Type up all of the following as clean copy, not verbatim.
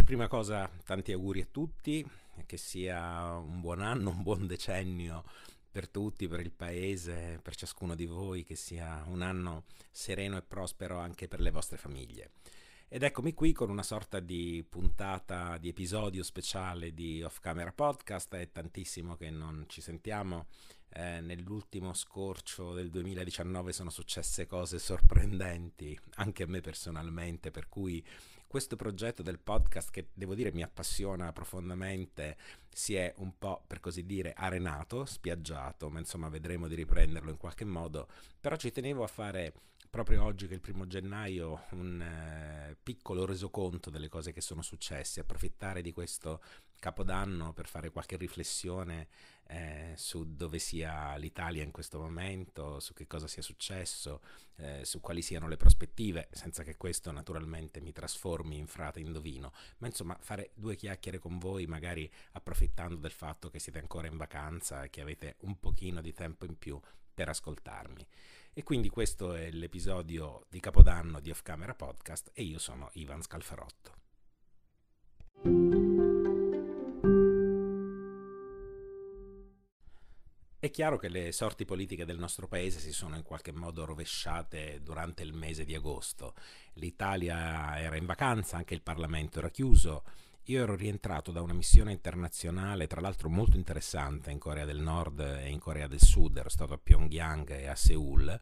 Per prima cosa, tanti auguri a tutti, che sia un buon anno, un buon decennio per tutti, per il paese, per ciascuno di voi, che sia un anno sereno e prospero anche per le vostre famiglie. Ed eccomi qui con una sorta di puntata, di episodio speciale di Off Camera Podcast. È tantissimo che non ci sentiamo. Nell'ultimo scorcio del 2019 sono successe cose sorprendenti, anche a me personalmente, per cui questo progetto del podcast, che devo dire mi appassiona profondamente, si è un po', per così dire, arenato, spiaggiato, ma insomma vedremo di riprenderlo in qualche modo. Però ci tenevo a fare proprio oggi, che è il 1° gennaio, un piccolo resoconto delle cose che sono successe, approfittare di questo Capodanno per fare qualche riflessione su dove sia l'Italia in questo momento, su che cosa sia successo, su quali siano le prospettive, senza che questo naturalmente mi trasformi in frate indovino, ma insomma fare due chiacchiere con voi, magari approfittando del fatto che siete ancora in vacanza e che avete un pochino di tempo in più per ascoltarmi. E quindi questo è l'episodio di Capodanno di Off Camera Podcast e io sono Ivan Scalfarotto. È chiaro che le sorti politiche del nostro paese si sono in qualche modo rovesciate durante il mese di agosto. L'Italia era in vacanza, anche il Parlamento era chiuso. Io ero rientrato da una missione internazionale, tra l'altro molto interessante, in Corea del Nord e in Corea del Sud. Ero stato a Pyongyang e a Seoul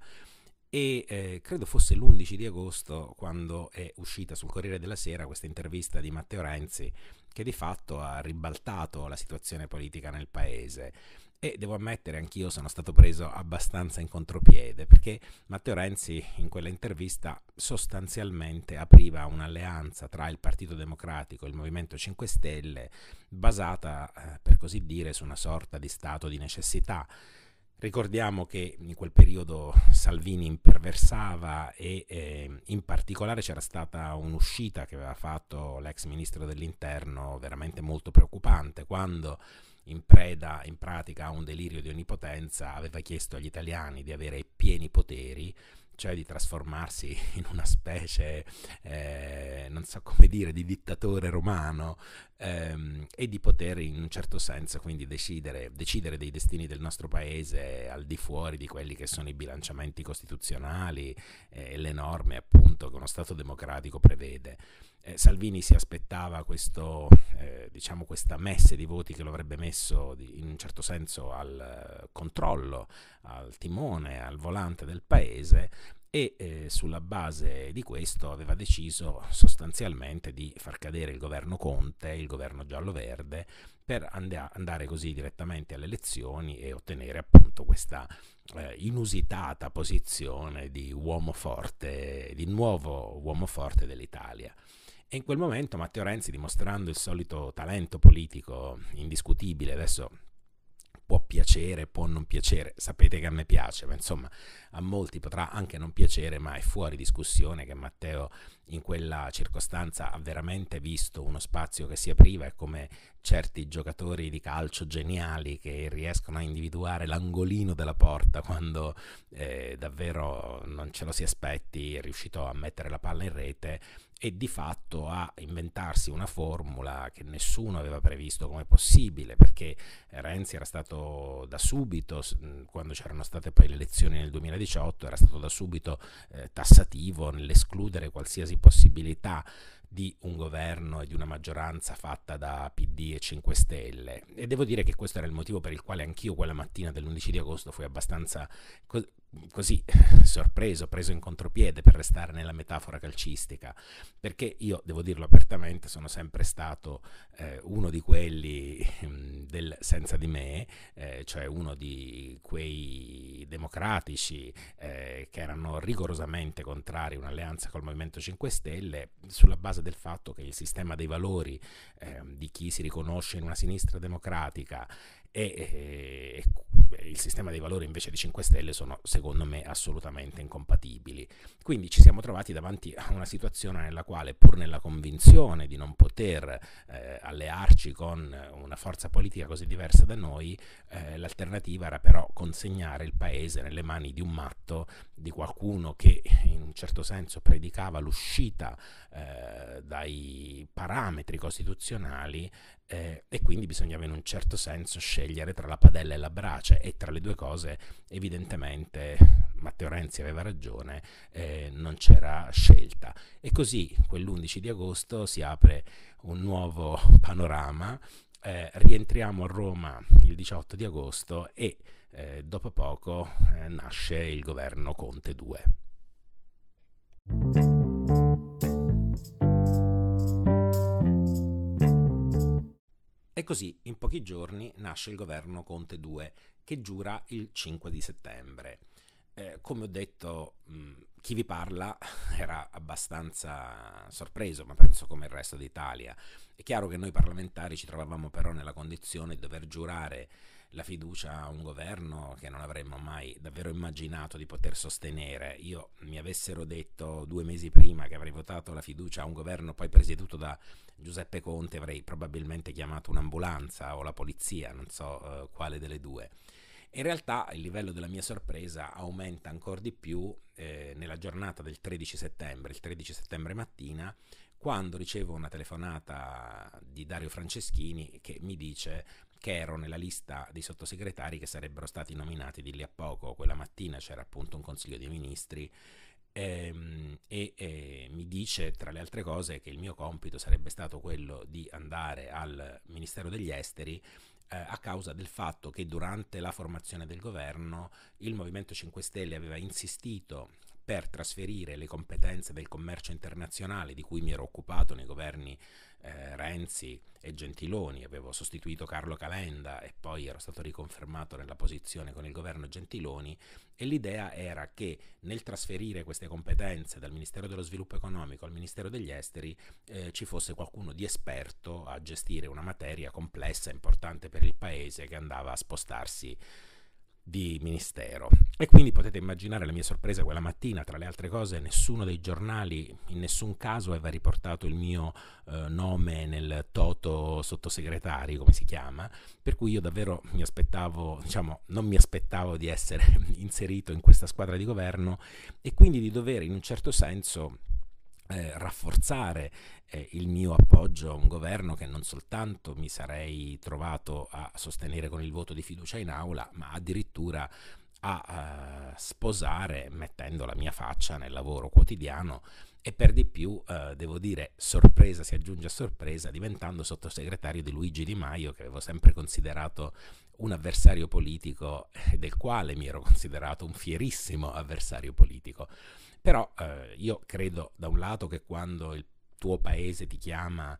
e credo fosse l'11 di agosto quando è uscita sul Corriere della Sera questa intervista di Matteo Renzi, che di fatto ha ribaltato la situazione politica nel paese. E devo ammettere, anch'io sono stato preso abbastanza in contropiede, perché Matteo Renzi in quella intervista sostanzialmente apriva un'alleanza tra il Partito Democratico e il Movimento 5 Stelle basata, per così dire, su una sorta di stato di necessità. Ricordiamo che in quel periodo Salvini imperversava e in particolare c'era stata un'uscita che aveva fatto l'ex ministro dell'Interno veramente molto preoccupante, quando in preda in pratica a un delirio di onnipotenza aveva chiesto agli italiani di avere pieni poteri, cioè di trasformarsi in una specie, non so come dire, di dittatore romano, e di poter in un certo senso quindi decidere dei destini del nostro paese al di fuori di quelli che sono i bilanciamenti costituzionali e le norme appunto che uno Stato democratico prevede. Salvini si aspettava questa messe di voti che lo avrebbe messo in un certo senso al controllo, al timone, al volante del paese e sulla base di questo aveva deciso sostanzialmente di far cadere il governo Conte, il governo giallo-verde, per andare così direttamente alle elezioni e ottenere appunto questa inusitata posizione di uomo forte, di nuovo uomo forte dell'Italia. E in quel momento Matteo Renzi, dimostrando il solito talento politico indiscutibile, adesso può piacere, può non piacere, sapete che a me piace, ma insomma a molti potrà anche non piacere, ma è fuori discussione che Matteo in quella circostanza ha veramente visto uno spazio che si apriva, e come certi giocatori di calcio geniali che riescono a individuare l'angolino della porta quando davvero non ce lo si aspetti, è riuscito a mettere la palla in rete e di fatto a inventarsi una formula che nessuno aveva previsto come possibile, perché Renzi era stato da subito, quando c'erano state poi le elezioni nel 2018, era stato da subito tassativo nell'escludere qualsiasi possibilità di un governo e di una maggioranza fatta da PD e 5 Stelle, e devo dire che questo era il motivo per il quale anch'io quella mattina dell'11 di agosto fui abbastanza così sorpreso, preso in contropiede, per restare nella metafora calcistica, perché io, devo dirlo apertamente, sono sempre stato uno di quelli del senza di me, cioè uno di quei democratici che erano rigorosamente contrari a un'alleanza col Movimento 5 Stelle, sulla base del fatto che il sistema dei valori di chi si riconosce in una sinistra democratica e il sistema dei valori invece di 5 Stelle sono, secondo me, assolutamente incompatibili. Quindi ci siamo trovati davanti a una situazione nella quale, pur nella convinzione di non poter allearci con una forza politica così diversa da noi, l'alternativa era però consegnare il paese nelle mani di un matto, di qualcuno che in un certo senso predicava l'uscita dai parametri costituzionali, e quindi bisognava in un certo senso scegliere tra la padella e la brace, e tra le due cose evidentemente Matteo Renzi aveva ragione, non c'era scelta. E così quell'11 di agosto si apre un nuovo panorama, rientriamo a Roma il 18 di agosto e dopo poco nasce il governo Conte 2. E così in pochi giorni nasce il governo Conte 2 che giura il 5 di settembre. Come ho detto, chi vi parla era abbastanza sorpreso, ma penso come il resto d'Italia. È chiaro che noi parlamentari ci trovavamo però nella condizione di dover giurare la fiducia a un governo che non avremmo mai davvero immaginato di poter sostenere. Io mi avessero detto 2 mesi prima che avrei votato la fiducia a un governo poi presieduto da Giuseppe Conte, avrei probabilmente chiamato un'ambulanza o la polizia, non so quale delle due. In realtà il livello della mia sorpresa aumenta ancora di più nella giornata del 13 settembre, il 13 settembre mattina, quando ricevo una telefonata di Dario Franceschini che mi dice che ero nella lista dei sottosegretari che sarebbero stati nominati di lì a poco. Quella mattina c'era appunto un consiglio dei ministri e mi dice tra le altre cose che il mio compito sarebbe stato quello di andare al Ministero degli Esteri a causa del fatto che durante la formazione del governo il Movimento 5 Stelle aveva insistito per trasferire le competenze del commercio internazionale di cui mi ero occupato nei governi Renzi e Gentiloni. Avevo sostituito Carlo Calenda e poi ero stato riconfermato nella posizione con il governo Gentiloni, e l'idea era che nel trasferire queste competenze dal Ministero dello Sviluppo Economico al Ministero degli Esteri ci fosse qualcuno di esperto a gestire una materia complessa e importante per il paese che andava a spostarsi di ministero. E quindi potete immaginare la mia sorpresa quella mattina. Tra le altre cose, nessuno dei giornali in nessun caso aveva riportato il mio nome nel toto sottosegretari, come si chiama, per cui io davvero mi aspettavo, diciamo, non mi aspettavo di essere inserito in questa squadra di governo e quindi di dover in un certo senso rafforzare il mio appoggio a un governo che non soltanto mi sarei trovato a sostenere con il voto di fiducia in aula, ma addirittura a sposare mettendo la mia faccia nel lavoro quotidiano e per di più, devo dire, sorpresa si aggiunge a sorpresa, diventando sottosegretario di Luigi Di Maio, che avevo sempre considerato un avversario politico e del quale mi ero considerato un fierissimo avversario politico. Però io credo da un lato che quando il tuo paese ti chiama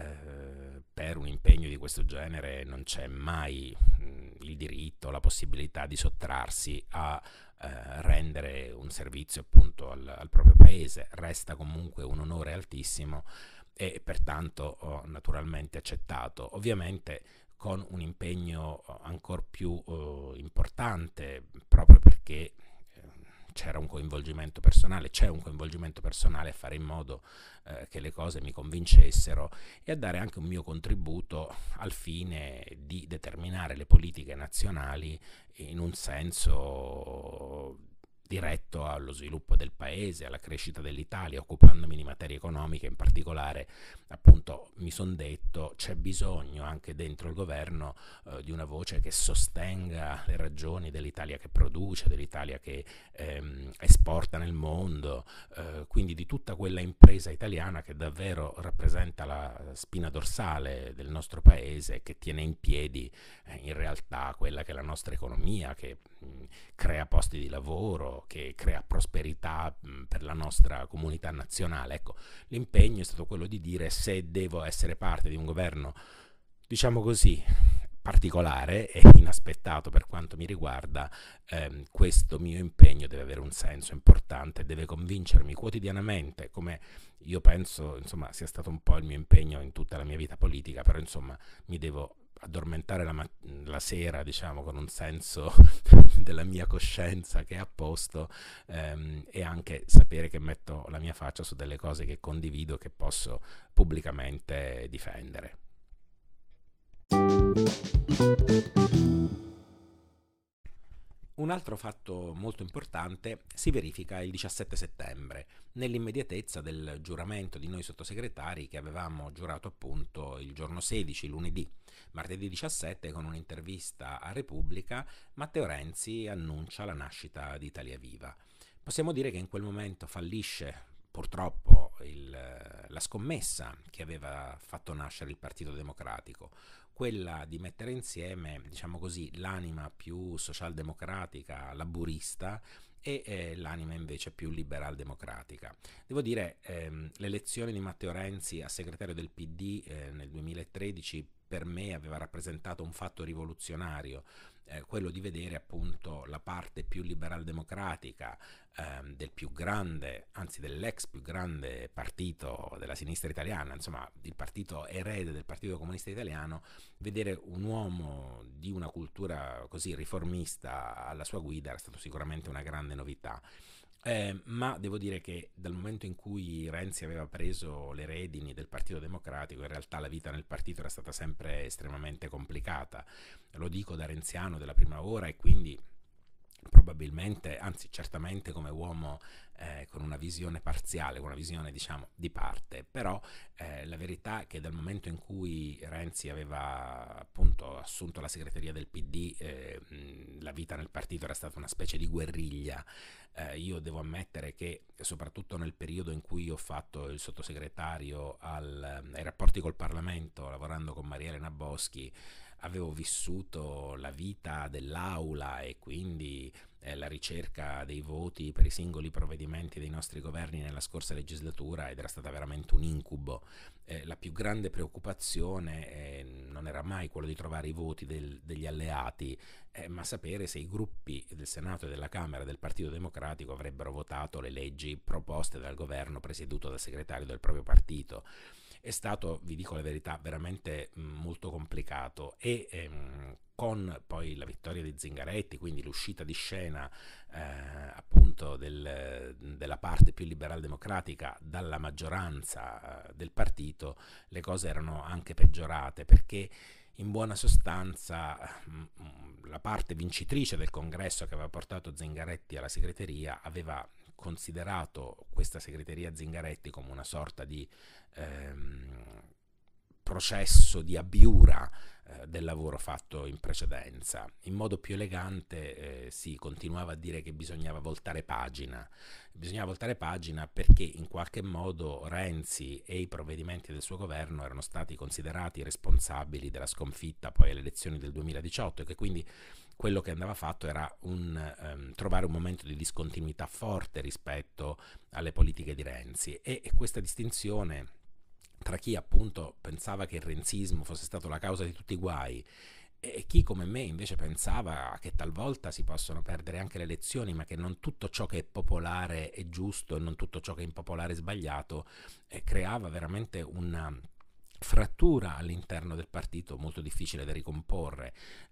per un impegno di questo genere non c'è mai il diritto, la possibilità di sottrarsi a rendere un servizio appunto al proprio paese. Resta comunque un onore altissimo e pertanto ho naturalmente accettato, ovviamente con un impegno ancora più importante, proprio perché c'era un coinvolgimento personale, c'è un coinvolgimento personale a fare in modo che le cose mi convincessero e a dare anche un mio contributo al fine di determinare le politiche nazionali in un senso diretto allo sviluppo del paese, alla crescita dell'Italia, occupandomi di materie economiche. In particolare, appunto, mi son detto c'è bisogno anche dentro il governo di una voce che sostenga le ragioni dell'Italia che produce, dell'Italia che esporta nel mondo, quindi di tutta quella impresa italiana che davvero rappresenta la spina dorsale del nostro paese, che tiene in piedi in realtà quella che è la nostra economia, che crea posti di lavoro, che crea prosperità per la nostra comunità nazionale. Ecco, l'impegno è stato quello di dire: se devo essere parte di un governo, diciamo così, particolare e inaspettato per quanto mi riguarda, questo mio impegno deve avere un senso importante, deve convincermi quotidianamente, come io penso insomma sia stato un po' il mio impegno in tutta la mia vita politica, però insomma mi devo addormentare la sera, diciamo, con un senso della mia coscienza che è a posto, e anche sapere che metto la mia faccia su delle cose che condivido e che posso pubblicamente difendere. un altro fatto molto importante si verifica il 17 settembre, nell'immediatezza del giuramento di noi sottosegretari che avevamo giurato appunto il giorno 16, lunedì. Martedì 17, con un'intervista a Repubblica, Matteo Renzi annuncia la nascita di Italia Viva. Possiamo dire che in quel momento fallisce purtroppo la scommessa che aveva fatto nascere il Partito Democratico, quella di mettere insieme, diciamo così, l'anima più socialdemocratica, laburista e l'anima invece più liberal-democratica. Devo dire, l'elezione di Matteo Renzi a segretario del PD nel 2013 per me aveva rappresentato un fatto rivoluzionario, quello di vedere appunto la parte più liberal-democratica del più grande, anzi dell'ex più grande partito della sinistra italiana, insomma il partito erede del Partito Comunista Italiano, vedere un uomo di una cultura così riformista alla sua guida era stato sicuramente una grande novità. Ma devo dire che dal momento in cui Renzi aveva preso le redini del Partito Democratico, in realtà la vita nel partito era stata sempre estremamente complicata. Lo dico da renziano della prima ora, e quindi probabilmente, anzi certamente come uomo con una visione parziale, con una visione diciamo di parte, però la verità è che dal momento in cui Renzi aveva appunto assunto la segreteria del PD, la vita nel partito era stata una specie di guerriglia. Io devo ammettere che soprattutto nel periodo in cui ho fatto il sottosegretario ai rapporti col Parlamento, lavorando con Maria Elena Boschi, avevo vissuto la vita dell'aula e quindi la ricerca dei voti per i singoli provvedimenti dei nostri governi nella scorsa legislatura, ed era stata veramente un incubo. La più grande preoccupazione non era mai quello di trovare i voti degli alleati, ma sapere se i gruppi del Senato e della Camera del Partito Democratico avrebbero votato le leggi proposte dal governo presieduto dal segretario del proprio partito. È stato, vi dico la verità, veramente molto complicato, e con poi la vittoria di Zingaretti, quindi l'uscita di scena appunto della parte più liberal democratica dalla maggioranza del partito, le cose erano anche peggiorate, perché in buona sostanza la parte vincitrice del congresso che aveva portato Zingaretti alla segreteria aveva considerato questa segreteria Zingaretti come una sorta di processo di abiura del lavoro fatto in precedenza. In modo più elegante si continuava a dire che bisognava voltare pagina. Bisognava voltare pagina perché in qualche modo Renzi e i provvedimenti del suo governo erano stati considerati responsabili della sconfitta poi alle elezioni del 2018, e che quindi quello che andava fatto era trovare un momento di discontinuità forte rispetto alle politiche di Renzi, e questa distinzione tra chi appunto pensava che il renzismo fosse stato la causa di tutti i guai e chi come me invece pensava che talvolta si possono perdere anche le elezioni, ma che non tutto ciò che è popolare è giusto e non tutto ciò che è impopolare è sbagliato, creava veramente una frattura all'interno del partito molto difficile da ricomporre,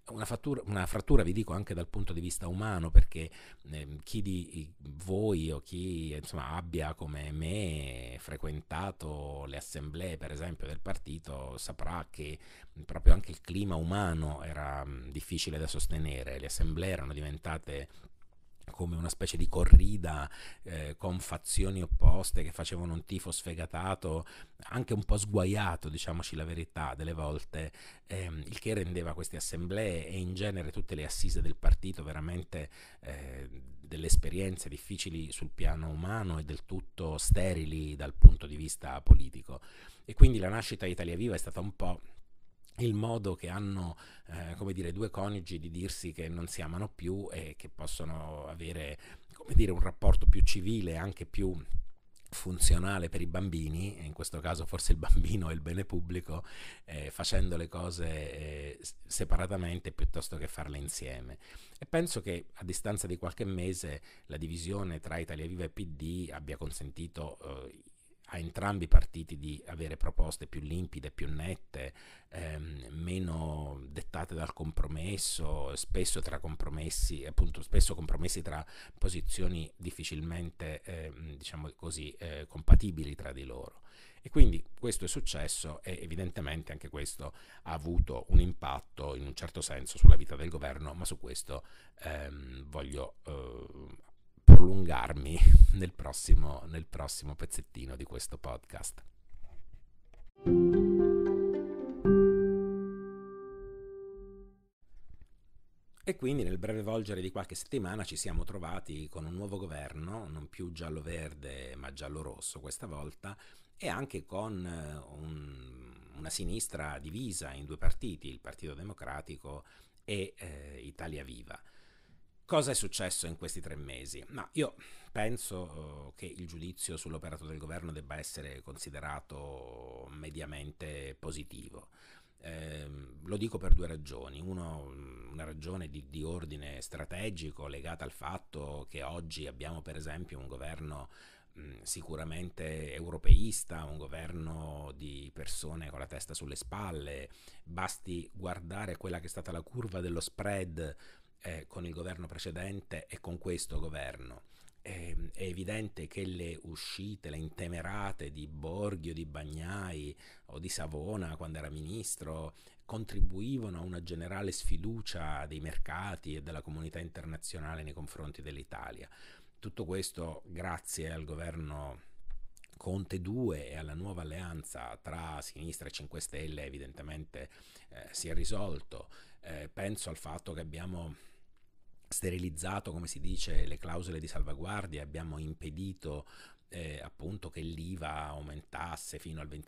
una frattura vi dico anche dal punto di vista umano, perché chi di voi o chi insomma abbia come me frequentato le assemblee per esempio del partito saprà che proprio anche il clima umano era difficile da sostenere. Le assemblee erano diventate come una specie di corrida con fazioni opposte che facevano un tifo sfegatato, anche un po' sguaiato, diciamoci la verità, delle volte, il che rendeva queste assemblee e in genere tutte le assise del partito veramente delle esperienze difficili sul piano umano e del tutto sterili dal punto di vista politico. E quindi la nascita di Italia Viva è stata un po' il modo che hanno, come dire, due coniugi di dirsi che non si amano più e che possono avere, come dire, un rapporto più civile e anche più funzionale per i bambini, in questo caso forse il bambino è il bene pubblico, facendo le cose separatamente piuttosto che farle insieme. E penso che a distanza di qualche mese la divisione tra Italia Viva e PD abbia consentito a entrambi i partiti di avere proposte più limpide, più nette, meno dettate dal compromesso, spesso tra compromessi, appunto spesso compromessi tra posizioni difficilmente, diciamo così, compatibili tra di loro. E quindi questo è successo e evidentemente anche questo ha avuto un impatto in un certo senso sulla vita del governo, ma su questo voglio prolungarmi nel prossimo pezzettino di questo podcast. E quindi nel breve volgere di qualche settimana ci siamo trovati con un nuovo governo, non più giallo-verde ma giallo-rosso questa volta, e anche con una sinistra divisa in due partiti, il Partito Democratico e Italia Viva. Cosa è successo in questi 3 mesi? Ma io penso che il giudizio sull'operato del governo debba essere considerato mediamente positivo. Lo dico per 2 ragioni. Una ragione di ordine strategico legata al fatto che oggi abbiamo per esempio un governo sicuramente europeista, un governo di persone con la testa sulle spalle. Basti guardare quella che è stata la curva dello spread con il governo precedente e con questo governo. È evidente che le uscite, le intemerate di Borghi o di Bagnai o di Savona quando era ministro contribuivano a una generale sfiducia dei mercati e della comunità internazionale nei confronti dell'Italia. Tutto questo grazie al governo Conte 2 e alla nuova alleanza tra Sinistra e 5 Stelle evidentemente si è risolto. Penso al fatto che abbiamo sterilizzato, come si dice, le clausole di salvaguardia, abbiamo impedito appunto che l'IVA aumentasse fino al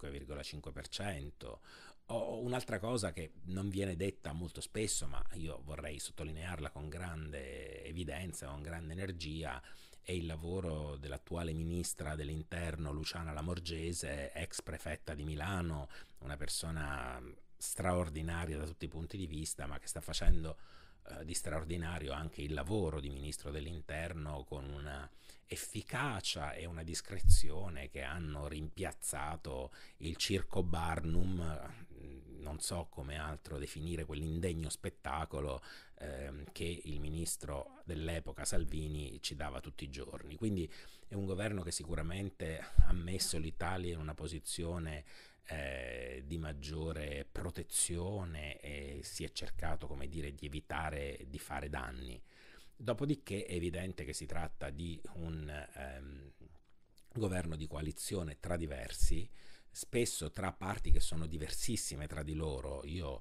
25,5%. Un'altra cosa che non viene detta molto spesso, ma io vorrei sottolinearla con grande evidenza, con grande energia, è il lavoro dell'attuale ministra dell'Interno Luciana Lamorgese, ex prefetta di Milano, una persona straordinaria da tutti i punti di vista, ma che sta facendo di straordinario anche il lavoro di ministro dell'Interno con una efficacia e una discrezione che hanno rimpiazzato il circo Barnum, non so come altro definire quell'indegno spettacolo che il ministro dell'epoca Salvini ci dava tutti i giorni. Quindi è un governo che sicuramente ha messo l'Italia in una posizione di maggiore protezione e si è cercato, come dire, di evitare di fare danni. Dopodiché è evidente che si tratta di un governo di coalizione tra diversi, spesso tra parti che sono diversissime tra di loro. Io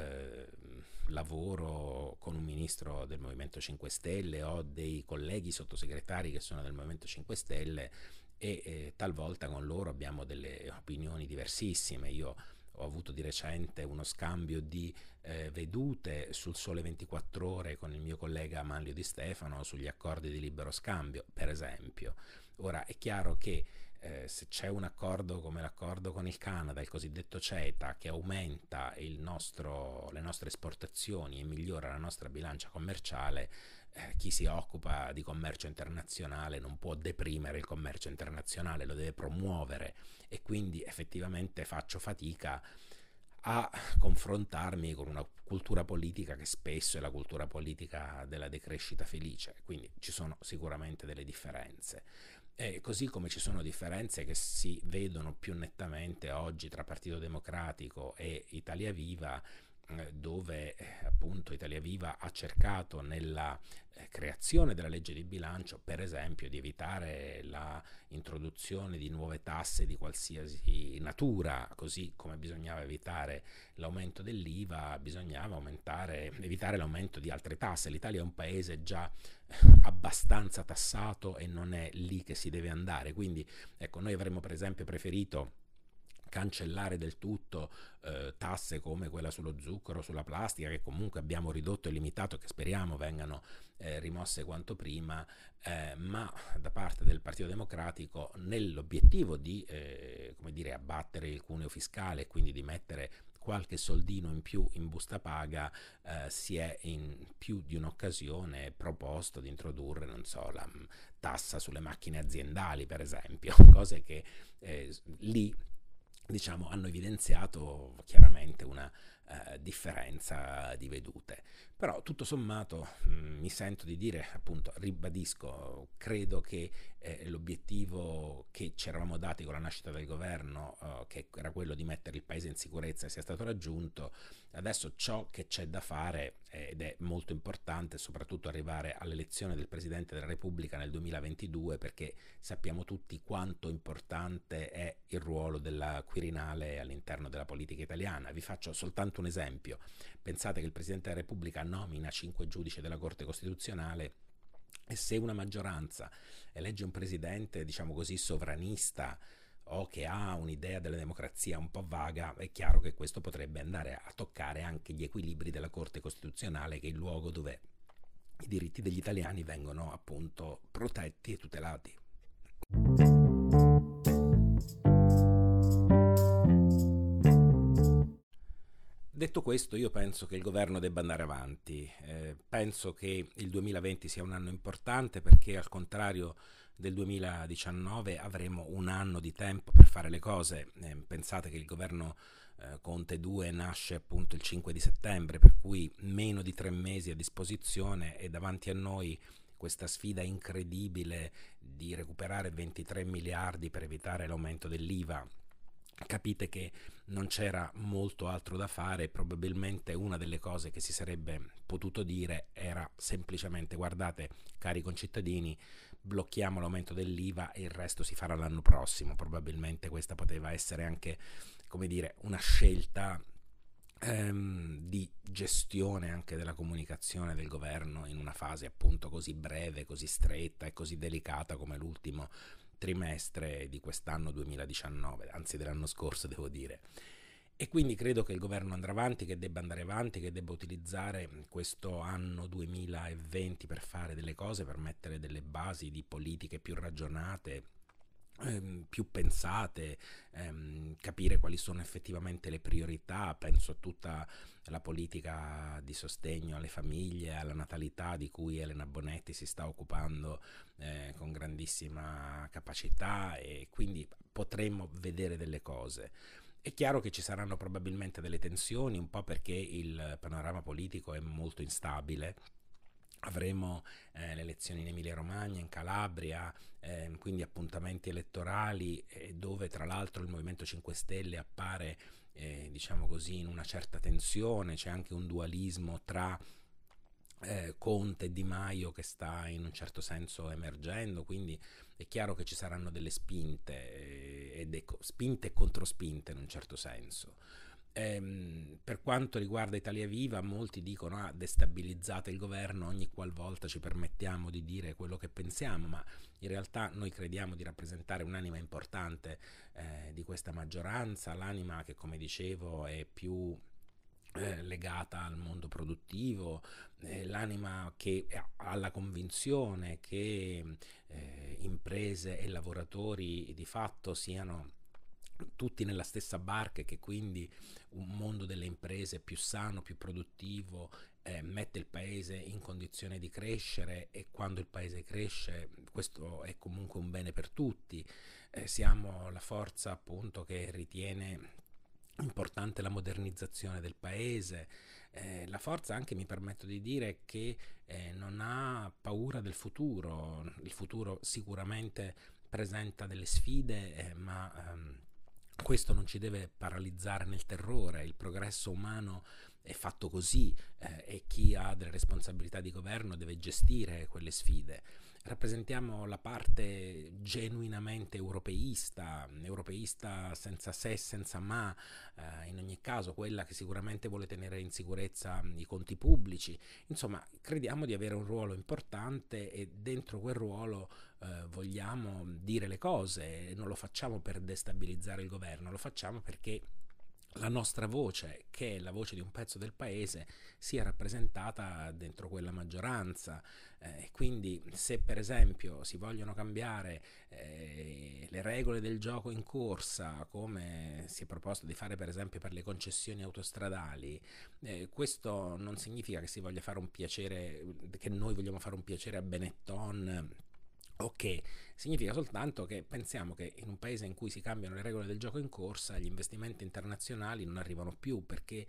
lavoro con un ministro del Movimento 5 Stelle, ho dei colleghi sottosegretari che sono del Movimento 5 Stelle e talvolta con loro abbiamo delle opinioni diversissime. Io ho avuto di recente uno scambio di vedute sul Sole 24 Ore con il mio collega Manlio Di Stefano sugli accordi di libero scambio, per esempio. Ora è chiaro che se c'è un accordo come l'accordo con il Canada, il cosiddetto CETA, che aumenta le nostre esportazioni e migliora la nostra bilancia commerciale, chi si occupa di commercio internazionale non può deprimere il commercio internazionale, lo deve promuovere, e quindi effettivamente faccio fatica a confrontarmi con una cultura politica che spesso è la cultura politica della decrescita felice. Quindi ci sono sicuramente delle differenze. Così come ci sono differenze che si vedono più nettamente oggi tra Partito Democratico e Italia Viva, dove appunto Italia Viva ha cercato nella creazione della legge di bilancio, per esempio, di evitare la introduzione di nuove tasse di qualsiasi natura, così come bisognava evitare l'aumento dell'IVA, bisognava evitare l'aumento di altre tasse. L'Italia è un paese già abbastanza tassato e non è lì che si deve andare, quindi ecco, noi avremmo per esempio preferito cancellare del tutto tasse come quella sullo zucchero, sulla plastica, che comunque abbiamo ridotto e limitato e che speriamo vengano rimosse quanto prima, ma da parte del Partito Democratico, nell'obiettivo di come dire, abbattere il cuneo fiscale e quindi di mettere qualche soldino in più in busta paga, si è in più di un'occasione proposto di introdurre, non so, la tassa sulle macchine aziendali, per esempio, cose che lì, diciamo, hanno evidenziato chiaramente una differenza di vedute. Però tutto sommato mi sento di dire, appunto, ribadisco, credo che l'obiettivo che ci eravamo dati con la nascita del governo, che era quello di mettere il paese in sicurezza, sia stato raggiunto. Adesso ciò che c'è da fare, ed è molto importante, soprattutto arrivare all'elezione del Presidente della Repubblica nel 2022, perché sappiamo tutti quanto importante è il ruolo della Quirinale all'interno della politica italiana. Vi faccio soltanto un esempio. Pensate che il Presidente della Repubblica nomina 5 giudici della Corte Costituzionale, e se una maggioranza elegge un presidente, diciamo così, sovranista, o che ha un'idea della democrazia un po' vaga, è chiaro che questo potrebbe andare a toccare anche gli equilibri della Corte Costituzionale, che è il luogo dove i diritti degli italiani vengono appunto protetti e tutelati. Detto questo, io penso che il governo debba andare avanti. Penso che il 2020 sia un anno importante, perché al contrario del 2019 avremo un anno di tempo per fare le cose. Pensate che il governo Conte 2 nasce appunto il 5 di settembre, per cui meno di 3 mesi a disposizione, e davanti a noi questa sfida incredibile di recuperare 23 miliardi per evitare l'aumento dell'IVA. Capite che non c'era molto altro da fare. Probabilmente una delle cose che si sarebbe potuto dire era semplicemente: guardate, cari concittadini, blocchiamo l'aumento dell'IVA e il resto si farà l'anno prossimo. Probabilmente questa poteva essere anche, come dire, una scelta di gestione anche della comunicazione del governo in una fase appunto così breve, così stretta e così delicata come l'ultimo trimestre di quest'anno 2019, anzi dell'anno scorso devo dire. E quindi credo che il governo andrà avanti, che debba andare avanti, che debba utilizzare questo anno 2020 per fare delle cose, per mettere delle basi di politiche più ragionate, più pensate, capire quali sono effettivamente le priorità. Penso a tutta la politica di sostegno alle famiglie, alla natalità, di cui Elena Bonetti si sta occupando con grandissima capacità, e quindi potremmo vedere delle cose. È chiaro che ci saranno probabilmente delle tensioni, un po' perché il panorama politico è molto instabile. Avremo le elezioni in Emilia-Romagna, in Calabria, quindi appuntamenti elettorali dove tra l'altro il Movimento 5 Stelle appare, diciamo così, in una certa tensione. C'è anche un dualismo tra Conte e Di Maio che sta in un certo senso emergendo, quindi è chiaro che ci saranno delle spinte, spinte e controspinte in un certo senso. Per quanto riguarda Italia Viva, molti dicono: destabilizzate il governo ogni qualvolta ci permettiamo di dire quello che pensiamo, ma in realtà noi crediamo di rappresentare un'anima importante di questa maggioranza, l'anima che, come dicevo, è più legata al mondo produttivo, l'anima che ha la convinzione che imprese e lavoratori di fatto siano tutti nella stessa barca, e che quindi un mondo delle imprese più sano, più produttivo, mette il paese in condizione di crescere, e quando il paese cresce questo è comunque un bene per tutti. Siamo la forza appunto che ritiene importante la modernizzazione del paese, la forza anche, mi permetto di dire, che non ha paura del futuro. Il futuro sicuramente presenta delle sfide, ma questo non ci deve paralizzare nel terrore. Il progresso umano è fatto così, e chi ha delle responsabilità di governo deve gestire quelle sfide. Rappresentiamo la parte genuinamente europeista senza se e senza ma, in ogni caso quella che sicuramente vuole tenere in sicurezza i conti pubblici. Insomma, crediamo di avere un ruolo importante, e dentro quel ruolo vogliamo dire le cose. Non lo facciamo per destabilizzare il governo, lo facciamo perché la nostra voce, che è la voce di un pezzo del paese, sia rappresentata dentro quella maggioranza. Quindi se per esempio si vogliono cambiare le regole del gioco in corsa, come si è proposto di fare per esempio per le concessioni autostradali, questo non significa che si voglia fare un piacere, che noi vogliamo fare un piacere a Benetton, o che significa soltanto che pensiamo che in un paese in cui si cambiano le regole del gioco in corsa, gli investimenti internazionali non arrivano più, perché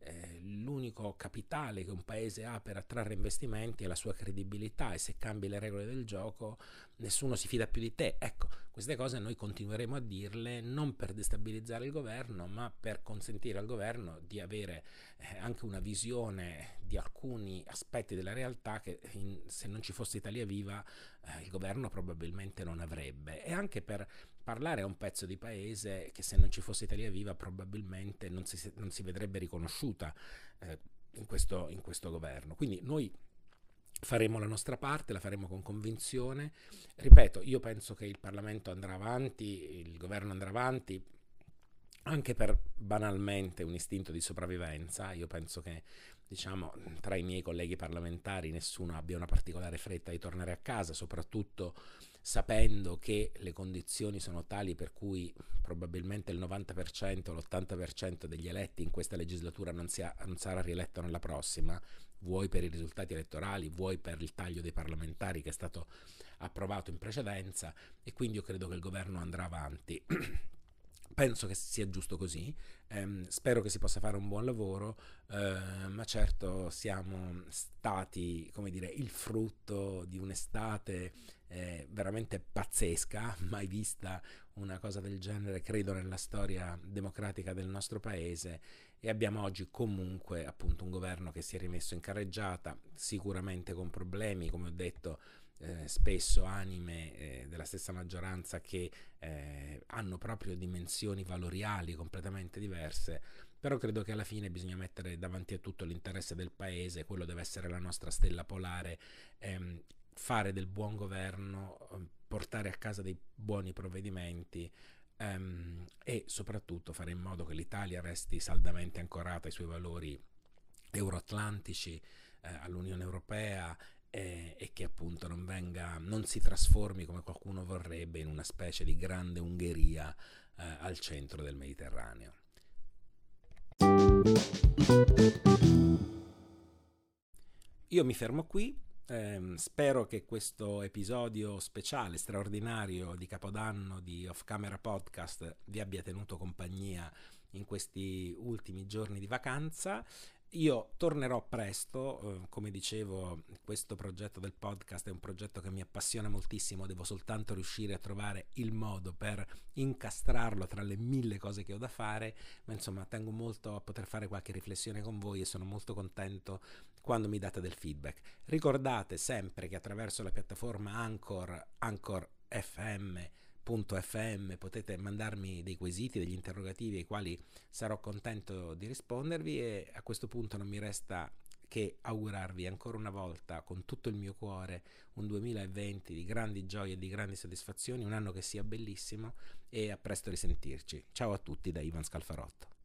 l'unico capitale che un paese ha per attrarre investimenti è la sua credibilità, e se cambi le regole del gioco nessuno si fida più di te. Ecco, queste cose noi continueremo a dirle non per destabilizzare il governo, ma per consentire al governo di avere anche una visione di alcuni aspetti della realtà che se non ci fosse Italia Viva il governo probabilmente non avrebbe, e anche per parlare a un pezzo di paese che se non ci fosse Italia Viva probabilmente non si vedrebbe riconosciuta in questo governo. Quindi noi faremo la nostra parte, la faremo con convinzione. Ripeto, io penso che il Parlamento andrà avanti, il governo andrà avanti, anche per banalmente un istinto di sopravvivenza. Io penso che, diciamo, tra i miei colleghi parlamentari nessuno abbia una particolare fretta di tornare a casa, soprattutto sapendo che le condizioni sono tali per cui probabilmente il 90%, l'80% degli eletti in questa legislatura non sarà rieletto nella prossima, vuoi per i risultati elettorali, vuoi per il taglio dei parlamentari che è stato approvato in precedenza, e quindi io credo che il governo andrà avanti. Penso che sia giusto così, spero che si possa fare un buon lavoro, ma certo siamo stati, come dire, il frutto di un'estate veramente pazzesca, mai vista una cosa del genere, credo, nella storia democratica del nostro paese, e abbiamo oggi comunque appunto un governo che si è rimesso in carreggiata, sicuramente con problemi, come ho detto, spesso anime della stessa maggioranza che hanno proprio dimensioni valoriali completamente diverse, però credo che alla fine bisogna mettere davanti a tutto l'interesse del paese, quello deve essere la nostra stella polare, fare del buon governo, portare a casa dei buoni provvedimenti, e soprattutto fare in modo che l'Italia resti saldamente ancorata ai suoi valori euroatlantici, all'Unione Europea, e che appunto non si trasformi, come qualcuno vorrebbe, in una specie di grande Ungheria al centro del Mediterraneo. Io mi fermo qui. Spero che questo episodio speciale, straordinario di Capodanno di Off Camera Podcast vi abbia tenuto compagnia in questi ultimi giorni di vacanza. Io tornerò presto, come dicevo, questo progetto del podcast è un progetto che mi appassiona moltissimo, devo soltanto riuscire a trovare il modo per incastrarlo tra le 1000 cose che ho da fare, ma insomma tengo molto a poter fare qualche riflessione con voi e sono molto contento quando mi date del feedback. Ricordate sempre che attraverso la piattaforma Anchor FM potete mandarmi dei quesiti, degli interrogativi ai quali sarò contento di rispondervi, e a questo punto non mi resta che augurarvi ancora una volta con tutto il mio cuore un 2020 di grandi gioie e di grandi soddisfazioni, un anno che sia bellissimo, e a presto risentirci. Ciao a tutti da Ivan Scalfarotto.